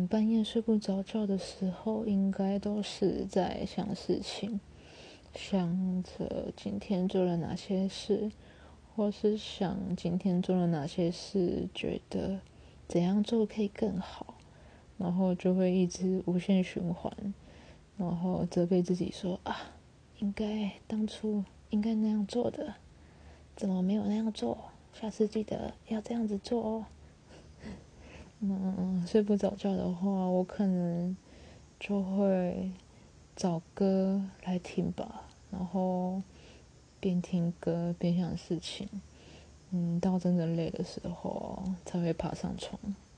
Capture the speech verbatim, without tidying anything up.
半夜睡不着觉的时候，应该都是在想事情，想着今天做了哪些事，或是想今天做了哪些事，觉得怎样做可以更好，然后就会一直无限循环，然后责备自己说啊，应该当初应该那样做的，怎么没有那样做？下次记得要这样子做哦。嗯，睡不着觉的话，我可能就会找歌来听吧，然后边听歌边想事情。嗯，到真的累的时候才会爬上床。